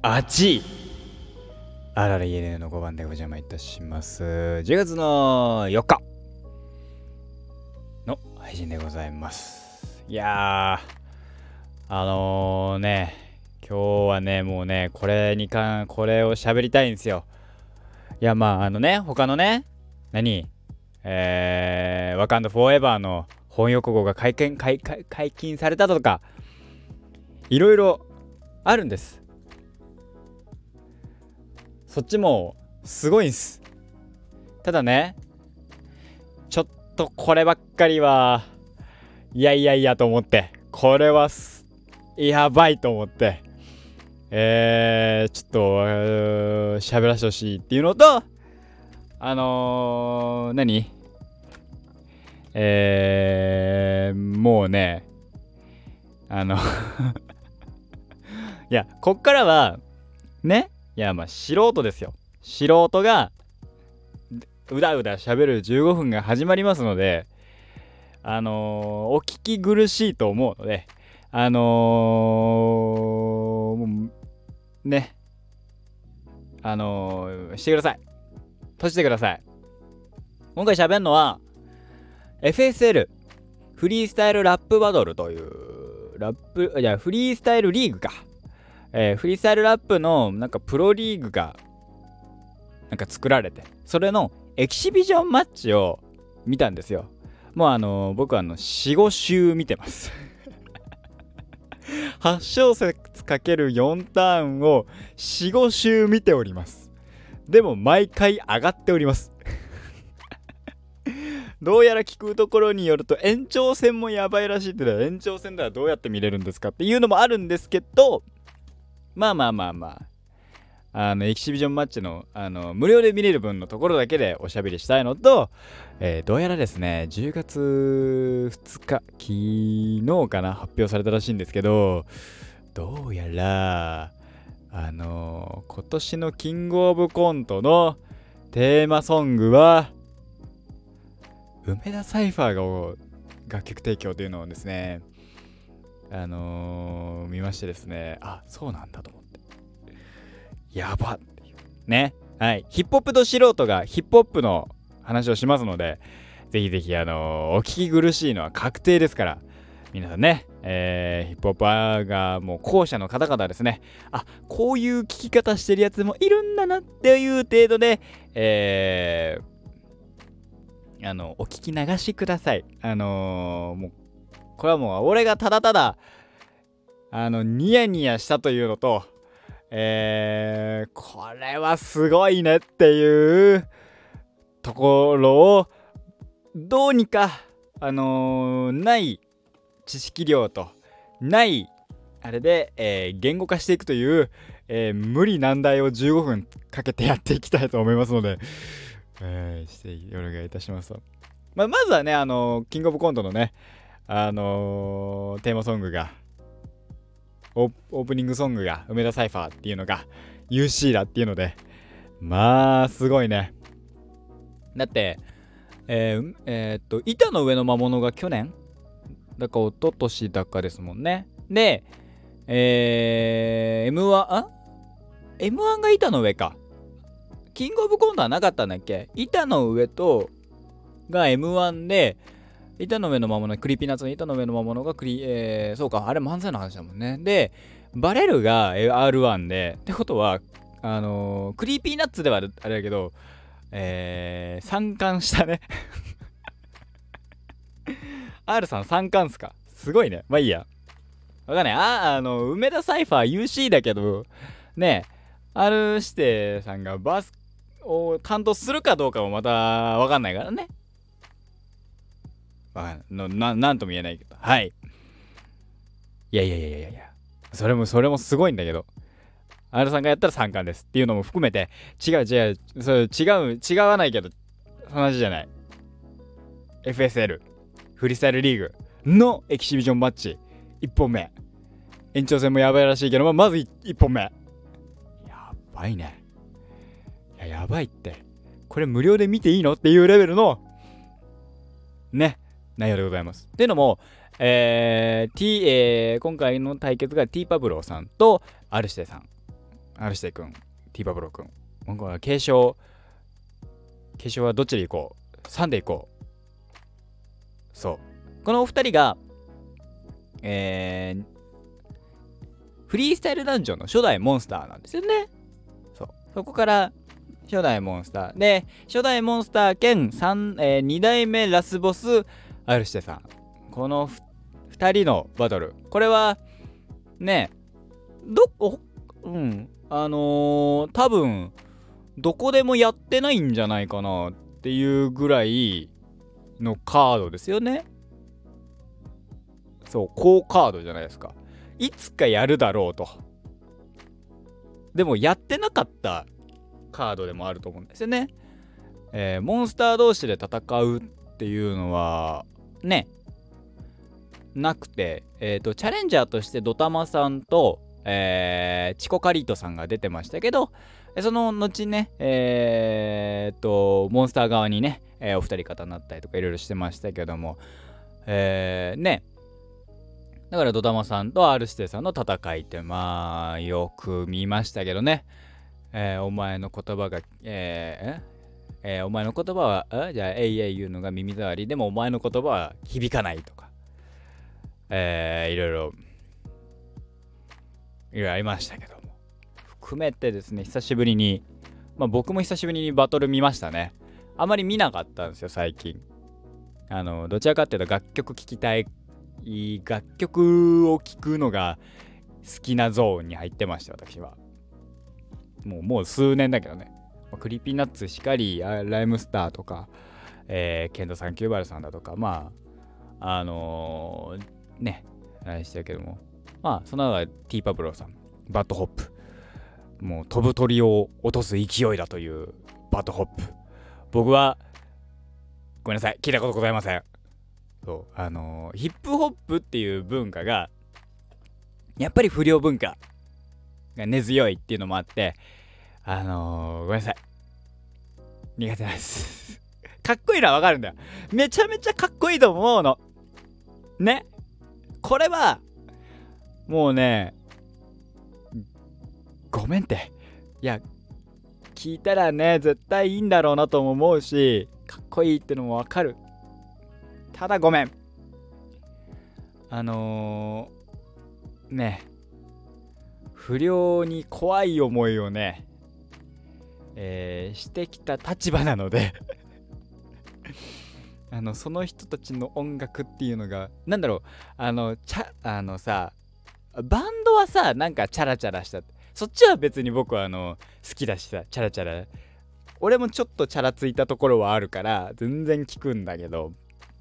あちあらら家での5番でお邪魔いたします。10月の4日の配信でございます。いや今日はねもうねこれを喋りたいんですよ。いや他のねワカンダフォーエバーの本予告が解禁されたとかいろいろあるんです。そっちもすごいんす。ただねちょっとこればっかりはいやと思って、これはやばいと思ってちょっと喋らせてほしいっていうのともうねいやこっからはね素人ですよ。素人がうだうだ喋る15分が始まりますのでお聞き苦しいと思うのでしてください。閉じてください。今回喋るのは FSL フリースタイルラップバトルというフリースタイルリーグか、フリースタイルラップのプロリーグが作られて、それのエキシビジョンマッチを見たんですよ。もう僕は4、5週見てます8小節かける4ターンを4、5週見ております。でも毎回上がっておりますどうやら聞くところによると延長戦もやばいらしいって。延長戦ではどうやって見れるんですかっていうのもあるんですけど、エキシビジョンマッチの無料で見れる分のところだけでおしゃべりしたいのと、どうやらですね10月2日昨日かな発表されたらしいんですけど、どうやら今年のキングオブコントのテーマソングは梅田サイファーが楽曲提供というのをですね見ましてですね、あ、そうなんだと思って、やばっていうね。はい、ヒップホップと素人がヒップホップの話をしますので、ぜひぜひお聞き苦しいのは確定ですから、皆さんね、ヒップホッパーがもう後者の方々ですね、あ、こういう聞き方してるやつもいるんだなっていう程度でお聞き流しください。もうこれはもう俺がただただニヤニヤしたというのと、これはすごいねっていうところをどうにかない知識量とないあれで、言語化していくという、無理難題を15分かけてやっていきたいと思いますので、してお願いいたします。まずはねキングオブコントのねテーマソングがオープニングソングが梅田サイファーっていうのが UC だっていうので、すごいね。だって板の上の魔物が去年だか一昨年だかですもんね。でM1 が板の上か。キングオブコントはなかったんだっけ。板の上が M1 で、板の上の魔物、クリーピーナッツの板の上の魔物がそうか、あれ漫才の話だもんね。でバレルが R1 で、ってことはクリーピーナッツではあれだけど3冠したねR さん3冠っすか。すごいね。まあいいや、わかんない。梅田サイファー UC だけどね、R 指定さんがバスを担当するかどうかもまたわかんないからね。なんとも言えないけど、はい。いやそれもすごいんだけど、R さんがやったら3冠ですっていうのも含めて、違わないけどその話じゃない。 FSL フリースタイルリーグのエキシビジョンマッチ1本目、延長戦もやばいらしいけど、まず1本目やばいね。やばいって、これ無料で見ていいのっていうレベルのね内容でございます。っていうのも、今回の対決が T パブローさんとアルシテさん R してくん、ティーパブロくん。僕は継承はどっちで行こう ?3 で行こう。そう。このお二人が、フリースタイルダンジョンの初代モンスターなんですよね。そこから初代モンスターで、初代モンスター兼2代目ラスボスアルシテさん、この2人のバトル、これはね、多分どこでもやってないんじゃないかなっていうぐらいのカードですよね。そう、高カードじゃないですか。いつかやるだろうと。でもやってなかったカードでもあると思うんですよね。モンスター同士で戦うっていうのはね、なくて、チャレンジャーとしてドタマさんと、チコカリートさんが出てましたけど、その後ね、モンスター側にね、お二人方になったりとかいろいろしてましたけども、ね、だからドタマさんと R 指定さんの戦いってまあよく見ましたけどね。お前の言葉が、お前の言葉はじゃあ言うのが耳障りでもお前の言葉は響かないとか、いろいろありましたけども、含めてですね、久しぶりに、僕も久しぶりにバトル見ましたね。あまり見なかったんですよ最近。どちらかっていうと楽曲聴くのが好きなゾーンに入ってました私は。もう数年だけどね。クリーピーナッツしかり、ライムスターとか、ケンド390さんだとか、ね、あれしてるけども、その中でティーパブローさん、バッドホップ、もう飛ぶ鳥を落とす勢いだというバッドホップ、僕はごめんなさい、聞いたことございません。そう、ヒップホップっていう文化がやっぱり不良文化が根強いっていうのもあって、ごめんなさい、苦手なんですかっこいいのはわかるんだよ。めちゃめちゃかっこいいと思うのね。これはもうね、ごめんって、いや聞いたらね絶対いいんだろうなとも思うし、かっこいいってのもわかる。ただごめん、ね、不良に怖い思いをね、してきた立場なのでその人たちの音楽っていうのがなんだろう、さ、バンドはさなんかチャラチャラした、そっちは別に僕は好きだしさ、チャラチャラ、俺もちょっとチャラついたところはあるから全然聞くんだけど、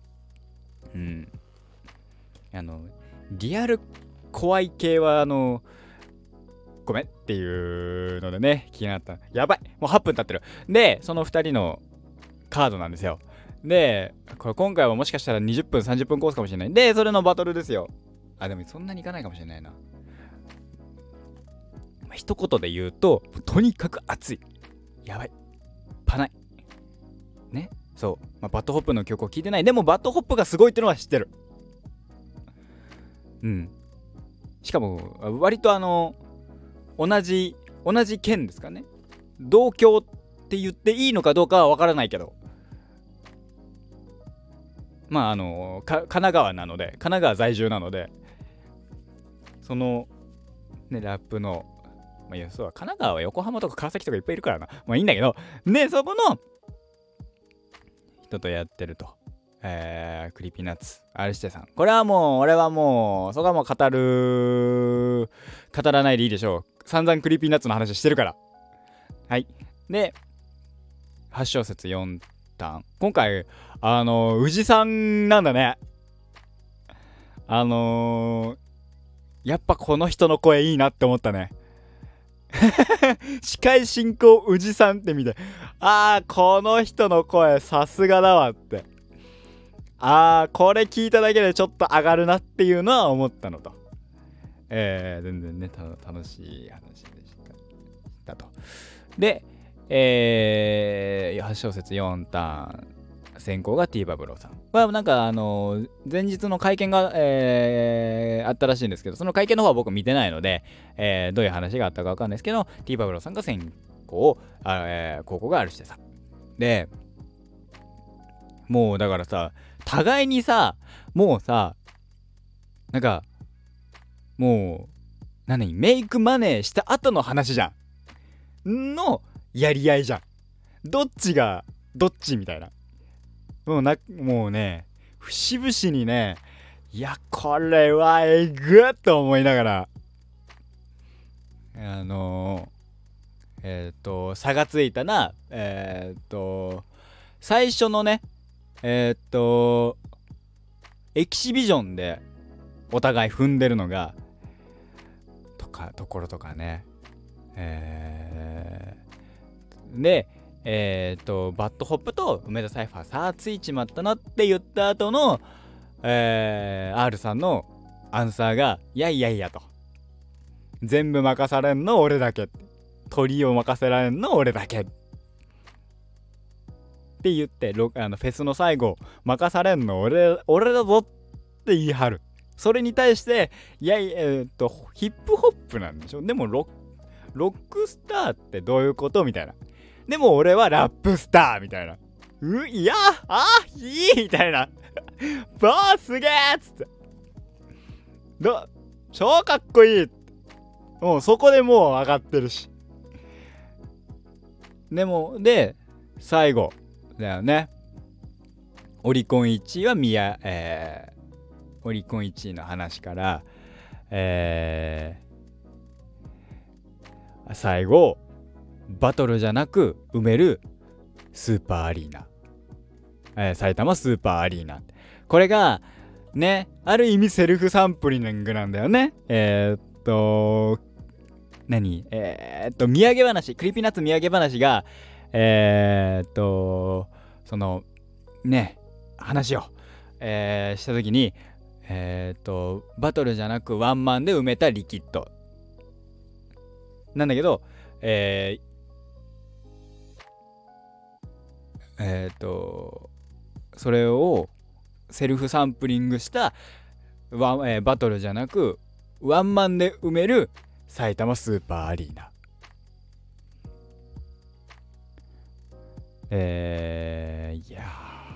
リアル怖い系はごめんっていうのでね、気になった。やばい、もう8分経ってる。でその2人のカードなんですよ。でこれ今回はもしかしたら20分30分コースかもしれない。でそれのバトルですよ。でもそんなにいかないかもしれないな。一言で言うととにかく熱い、やばい、パないね。そう、バッドホップの曲を聴いてない。でもバッドホップがすごいってのは知ってる。しかも割と同じ県ですかね。同郷って言っていいのかどうかは分からないけど、神奈川なので、神奈川在住なので、そのねラップの、いやそう、神奈川は横浜とか川崎とかいっぱいいるからな、いいんだけどね、そこの人とやってると、クリーピーナッツ R 指定さん、これはもう俺はもうそこはもう語らないでいいでしょう。散々クリーピーナッツの話してるから。はい。で8小節4ターン、今回宇治さんなんだね。やっぱこの人の声いいなって思ったね司会進行宇治さんって見て、この人の声さすがだわって、これ聞いただけでちょっと上がるなっていうのは思ったのと、全然ね楽しい話でしたと。で8小節4ターン先行がティーバブローさんはなんか前日の会見が、あったらしいんですけど、その会見の方は僕見てないので、どういう話があったか分かんないですけど、ティーバブローさんが先行、後攻がアルシテさんで、もうだからさ、互いにさ、もうさ、なんかもうメイクマネーした後の話じゃんのやり合いじゃん。どっちがどっちみたいな。もうね、節々にね、いやこれはえぐっと思いながら、差がついたな。最初のね、エキシビジョンでお互い踏んでるのがところとかね、でバッドホップと梅田サイファーさあついちまったなって言った後の、R さんのアンサーがいやいやいやと、全部任されんの俺だけ、鳥を任せられんの俺だけって言って、フェスの最後任されんの俺だぞって言い張る。それに対してヒップホップなんでしょ、でもロックスターってどういうことみたいな、でも俺はラップスターみたいな、いやいいみたいなバーすげーっつって、超かっこいい、もうそこでもう上がってるし、で最後だよね、オリコン1位はオリコン1位の話から、最後バトルじゃなく埋めるスーパーアリーナ、埼玉スーパーアリーナ、これがね、ある意味セルフサンプリングなんだよね。土産話、クリーピーナッツ土産話がそのね話を、した時にバトルじゃなくワンマンで埋めたリキッドなんだけど、それをセルフサンプリングしたバトルじゃなくワンマンで埋める埼玉スーパーアリーナ、いや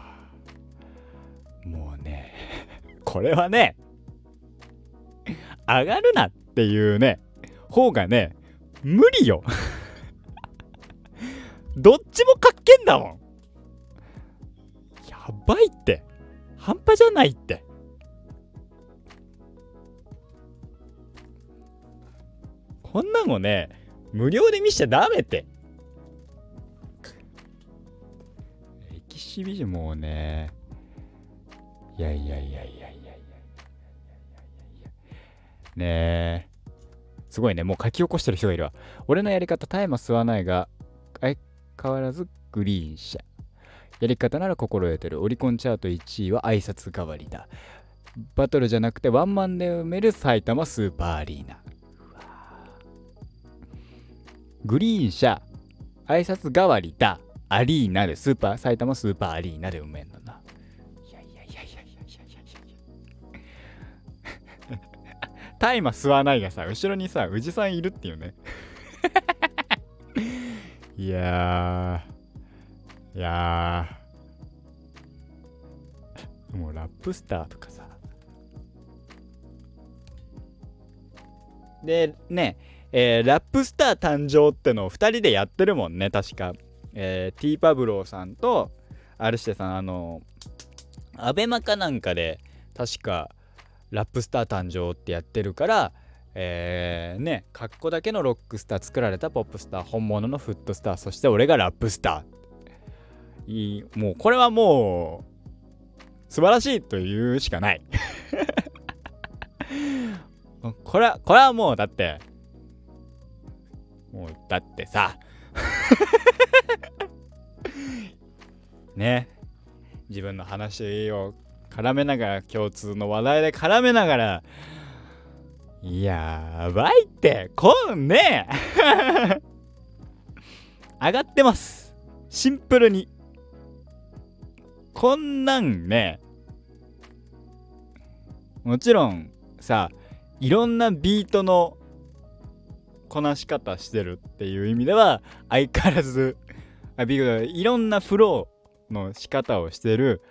もうねこれはね上がるなっていうね方がね無理よどっちもかっけんだもん、やばいって、半端じゃないって。こんなのね無料で見しちゃダメって。エキシビジョンもうね、いやねえ、すごいね、もう書き起こしてる人がいるわ。俺のやり方タイマー吸わないが相変わらずグリーン車、やり方なら心得てる、オリコンチャート1位は挨拶代わりだ、バトルじゃなくてワンマンで埋める埼玉スーパーアリーナ、グリーン車挨拶代わりだアリーナで埼玉スーパーアリーナで埋めんのな。いやタイマー吸わないがさ、後ろにさ宇治さんいるっていうねいやもうラップスターとかさでね、ラップスター誕生ってのを2人でやってるもんね確か、ティーパブローさんとアルシテさん、アベマかなんかで確かラップスター誕生ってやってるから、カッコだけのロックスター、作られたポップスター、本物のフットスター、そして俺がラップスター、もうこれはもう素晴らしいと言うしかないこれはもうだってさね、自分の話を絡めながら、共通の話題で絡めながら、やばいってね上がってます、シンプルにこんなんね、もちろんさ、いろんなビートのこなし方してるっていう意味では相変わらずいろんなフローの仕方をしてる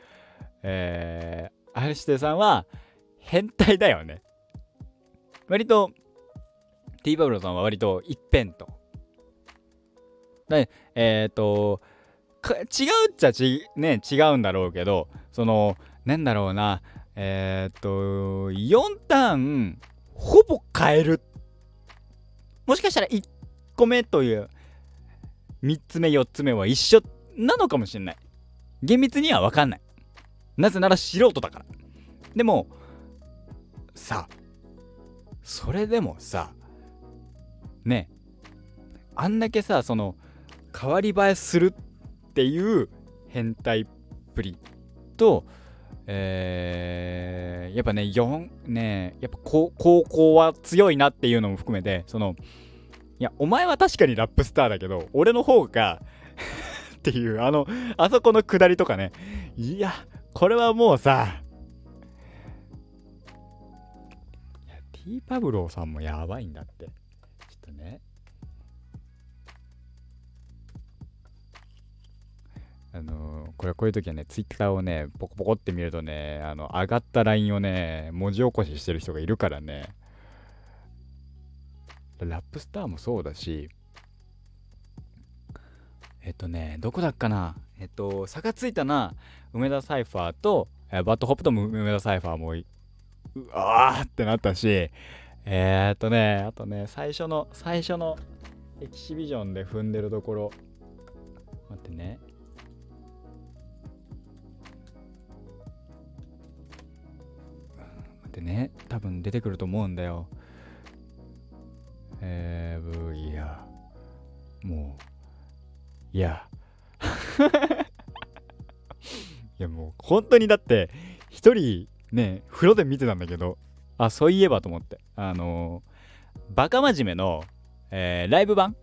R指定さんは変態だよね。割とティーバブロさんは割と一辺とで違うっちゃね、違うんだろうけど、そのなんだろうな、4ターンほぼ変える。もしかしたら1個目という3つ目4つ目は一緒なのかもしれない。厳密には分かんない。なぜなら素人だから。でもさ、それでもさね、あんだけさ、その変わり映えするっていう変態っぷりと、やっぱねやっぱ高校は強いなっていうのも含めて、そのいやお前は確かにラップスターだけど俺の方がっていうあそこの下りとかね、いやこれはもうさ、ティーパブローさんもやばいんだって。ちょっとね、こういう時はね、ツイッターをねポコポコって見るとね、上がったラインをね文字起こししてる人がいるからね。ラップスターもそうだし、どこだっかな、差がついたな梅田サイファーと、バッドホップと梅田サイファーもうわーってなったし、あとね最初のエキシビジョンで踏んでるところ、待ってね、多分出てくると思うんだよ。いやもういやいやもう本当に、だって一人ね風呂で見てたんだけど、あ、そういえばと思って、バカ真面目の、ライブ版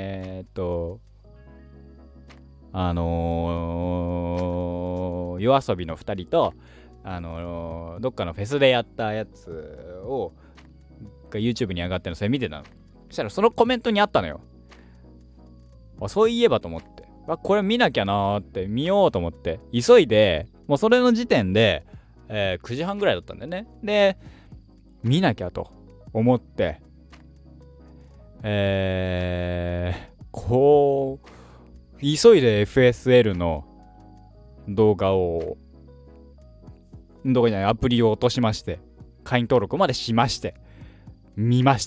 夜遊びの2人とどっかのフェスでやったやつをが YouTube に上がってるの、それ見てたの。そしたらそのコメントにあったのよ。あ、そういえばと思って、これ見なきゃなーって見ようと思って急いで、もうそれの時点で、9時半ぐらいだったんだよね。で見なきゃと思ってこう急いで FSL の動画じゃないアプリを落としまして、会員登録までしまして見まして、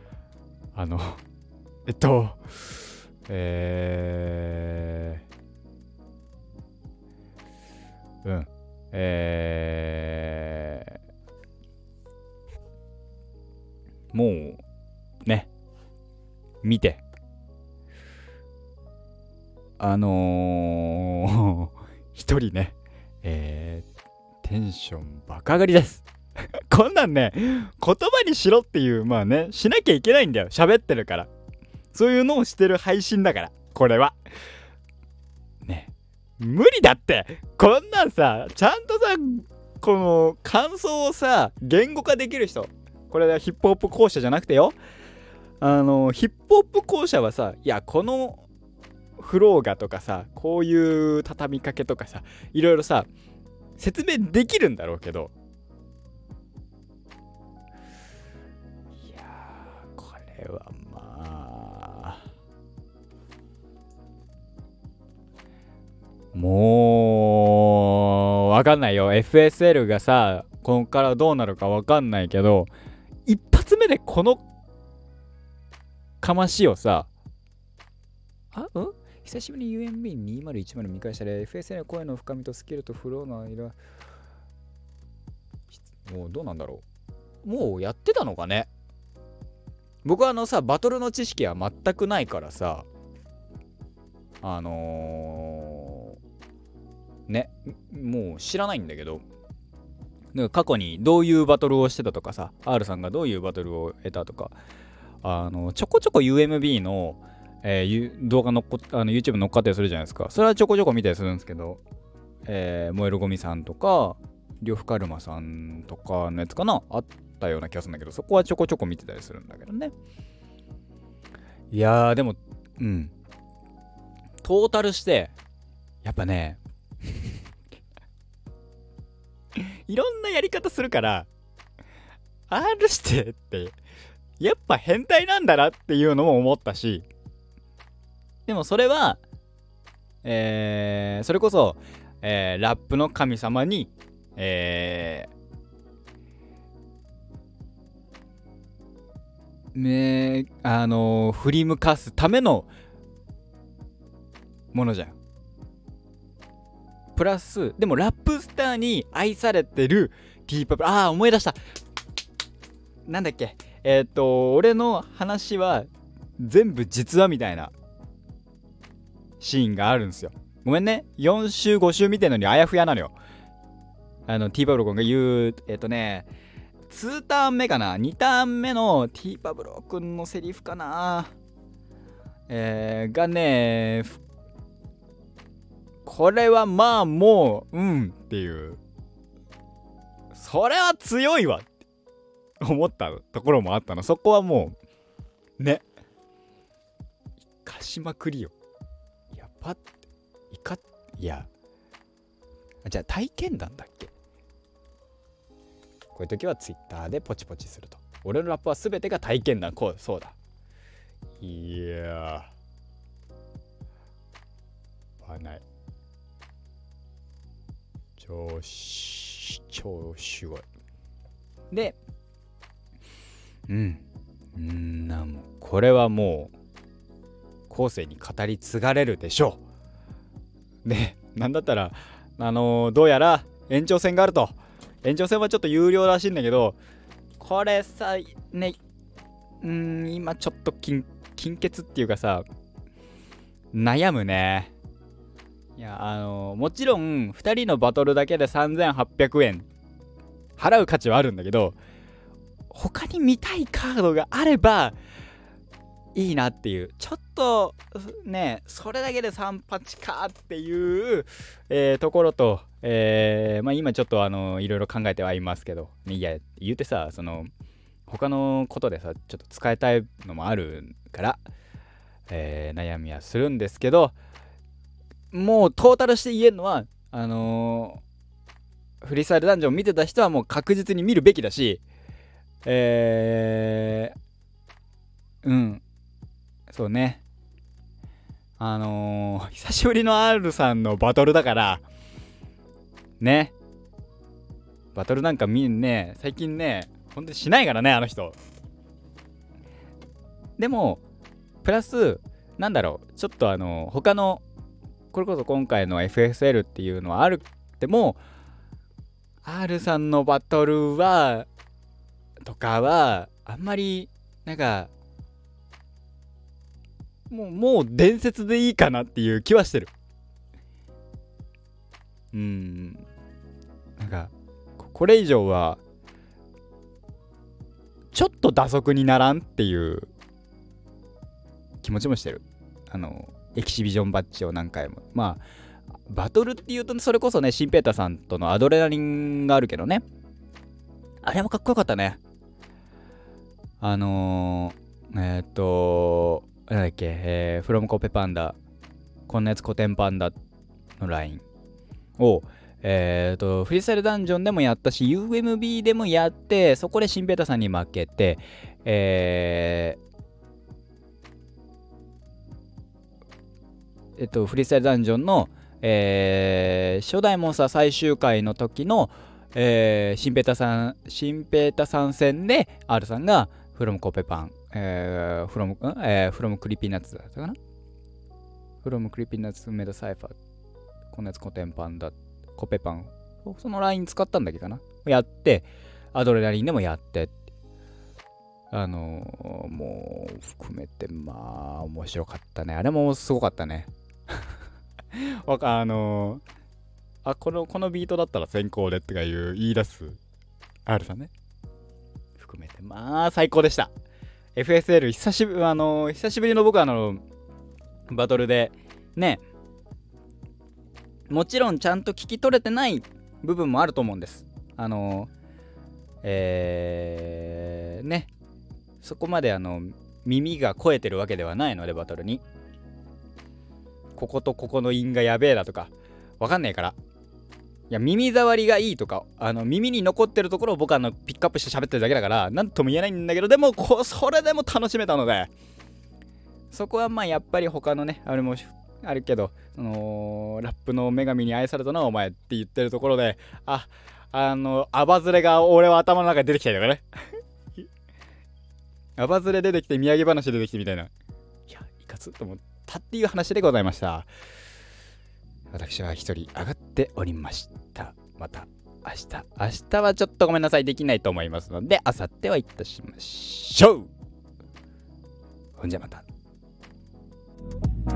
もうね見て一人ねテンションバカ上がりですこんなんね言葉にしろっていう、まあねしなきゃいけないんだよ、喋ってるから。そういうのをしてる配信だから、これはね無理だって。こんなんさ、ちゃんとさこの感想をさ言語化できる人、これはヒップホップ講師じゃなくてよ、ヒップホップ講師はさ、いやこのフローがとかさ、こういう畳みかけとかさ、いろいろさ説明できるんだろうけど、いやーこれはまあもうわかんないよ。 FSL がさここからどうなるかわかんないけど、一発目でこのかましをさ、久しぶりに UMB2010 見返したら FSL の声の深みとスキルとフローの間、もうどうなんだろう、もうやってたのかね。僕はさバトルの知識は全くないからさ、ねもう知らないんだけど、過去にどういうバトルをしてたとかさ、 R さんがどういうバトルを得たとか、ちょこちょこ UMB の、動画YouTube 乗っかったりするじゃないですか。それはちょこちょこ見たりするんですけど、 燃えるゴミさんとか呂布カルマさんとかのやつかな、あったような気がするんだけど、そこはちょこちょこ見てたりするんだけどね。いやーでもトータルしてやっぱねいろんなやり方するから R 指定ってやっぱ変態なんだなっていうのも思ったし、でもそれはそれこそ、ラップの神様に振り向かすためのものじゃん。プラスでもラップスターに愛されてるティーパブル、思い出した。なんだっけ、俺の話は全部実話みたいなシーンがあるんですよ。ごめんね、4週5週見てんのにあやふやなのよ。ティーパブロ君が言う2ターン目かな、2ターン目のティーパブロ君のセリフかな、がね、これはまあもうっていう、それは強いわって思ったところもあったの。そこはもうね、生かしまくりよ。やっぱいや、じゃあ体験談だっけ。こういう時はツイッターでポチポチすると。俺のラップは全てが体験談。そうだ。いやーない、超すごい。でこれはもう後世に語り継がれるでしょう。で、なんだったらどうやら延長戦があると。延長戦はちょっと有料らしいんだけど、これさね、今ちょっと金欠っていうかさ、悩むね。いやもちろん2人のバトルだけで3800円払う価値はあるんだけど、他に見たいカードがあればいいなっていう、ちょっとね、それだけで38かっていう、ところと、今ちょっといろいろ考えてはいますけど、いや言うてさ、その他のことでさちょっと使いたいのもあるから、悩みはするんですけど、もうトータルして言えるのはフリースタイルダンジョン見てた人はもう確実に見るべきだし、そうね、久しぶりの R さんのバトルだからね、バトルなんか最近ねほんとにしないからね、あの人。でもプラスなんだろう、ちょっと他のこれこそ今回の FSL っていうのはあるっても R さんのバトルはとかはあんまりなんかもう伝説でいいかなっていう気はしてる。なんかこれ以上はちょっと打足にならんっていう気持ちもしてる。エキシビジョンバッジを何回も、バトルっていうとそれこそね、シンペーターさんとのアドレナリンがあるけどね、あれもかっこよかったね。なんだっけ、フロムコペパンダ、こんなやつコテンパンダのラインをフリースタイルダンジョンでもやったし UMB でもやって、そこでシンペーターさんに負けて、フリースタイルダンジョンの、初代モンスター最終回の時の、シンペータさん戦で R さんがフロムコペパン、フロムクリピーナッツだったかな、フロムクリピーナッツメダサイファー、こんなやつコテンパンだコペパン、そのライン使ったんだっけかな、やってアドレナリンでもやって、もう含めて面白かったね。あれもすごかったね。このビートだったら先行でとか言い出す R さんね、含めて最高でした。 FSL 久しぶりの僕バトルでね、 もちろんちゃんと聞き取れてない部分もあると思うんです。ね、そこまで耳が肥えてるわけではないので、バトルにこことここの音がやべえだとかわかんないから、いや耳障りがいいとか耳に残ってるところを僕はピックアップして喋ってるだけだから何とも言えないんだけど、でもそれでも楽しめたので、そこはまあやっぱり他のねあれもあるけど、ラップの女神に愛されたのはお前って言ってるところで、アバズレが俺は頭の中に出てきたりとかねアバズレ出てきて土産話出てきてみたいな、いやいかつと思ったっていう話でございました。私は一人上がっておりました。また明日はちょっとごめんなさい、できないと思いますので、明後日はいたしましょう。ほんじゃまた。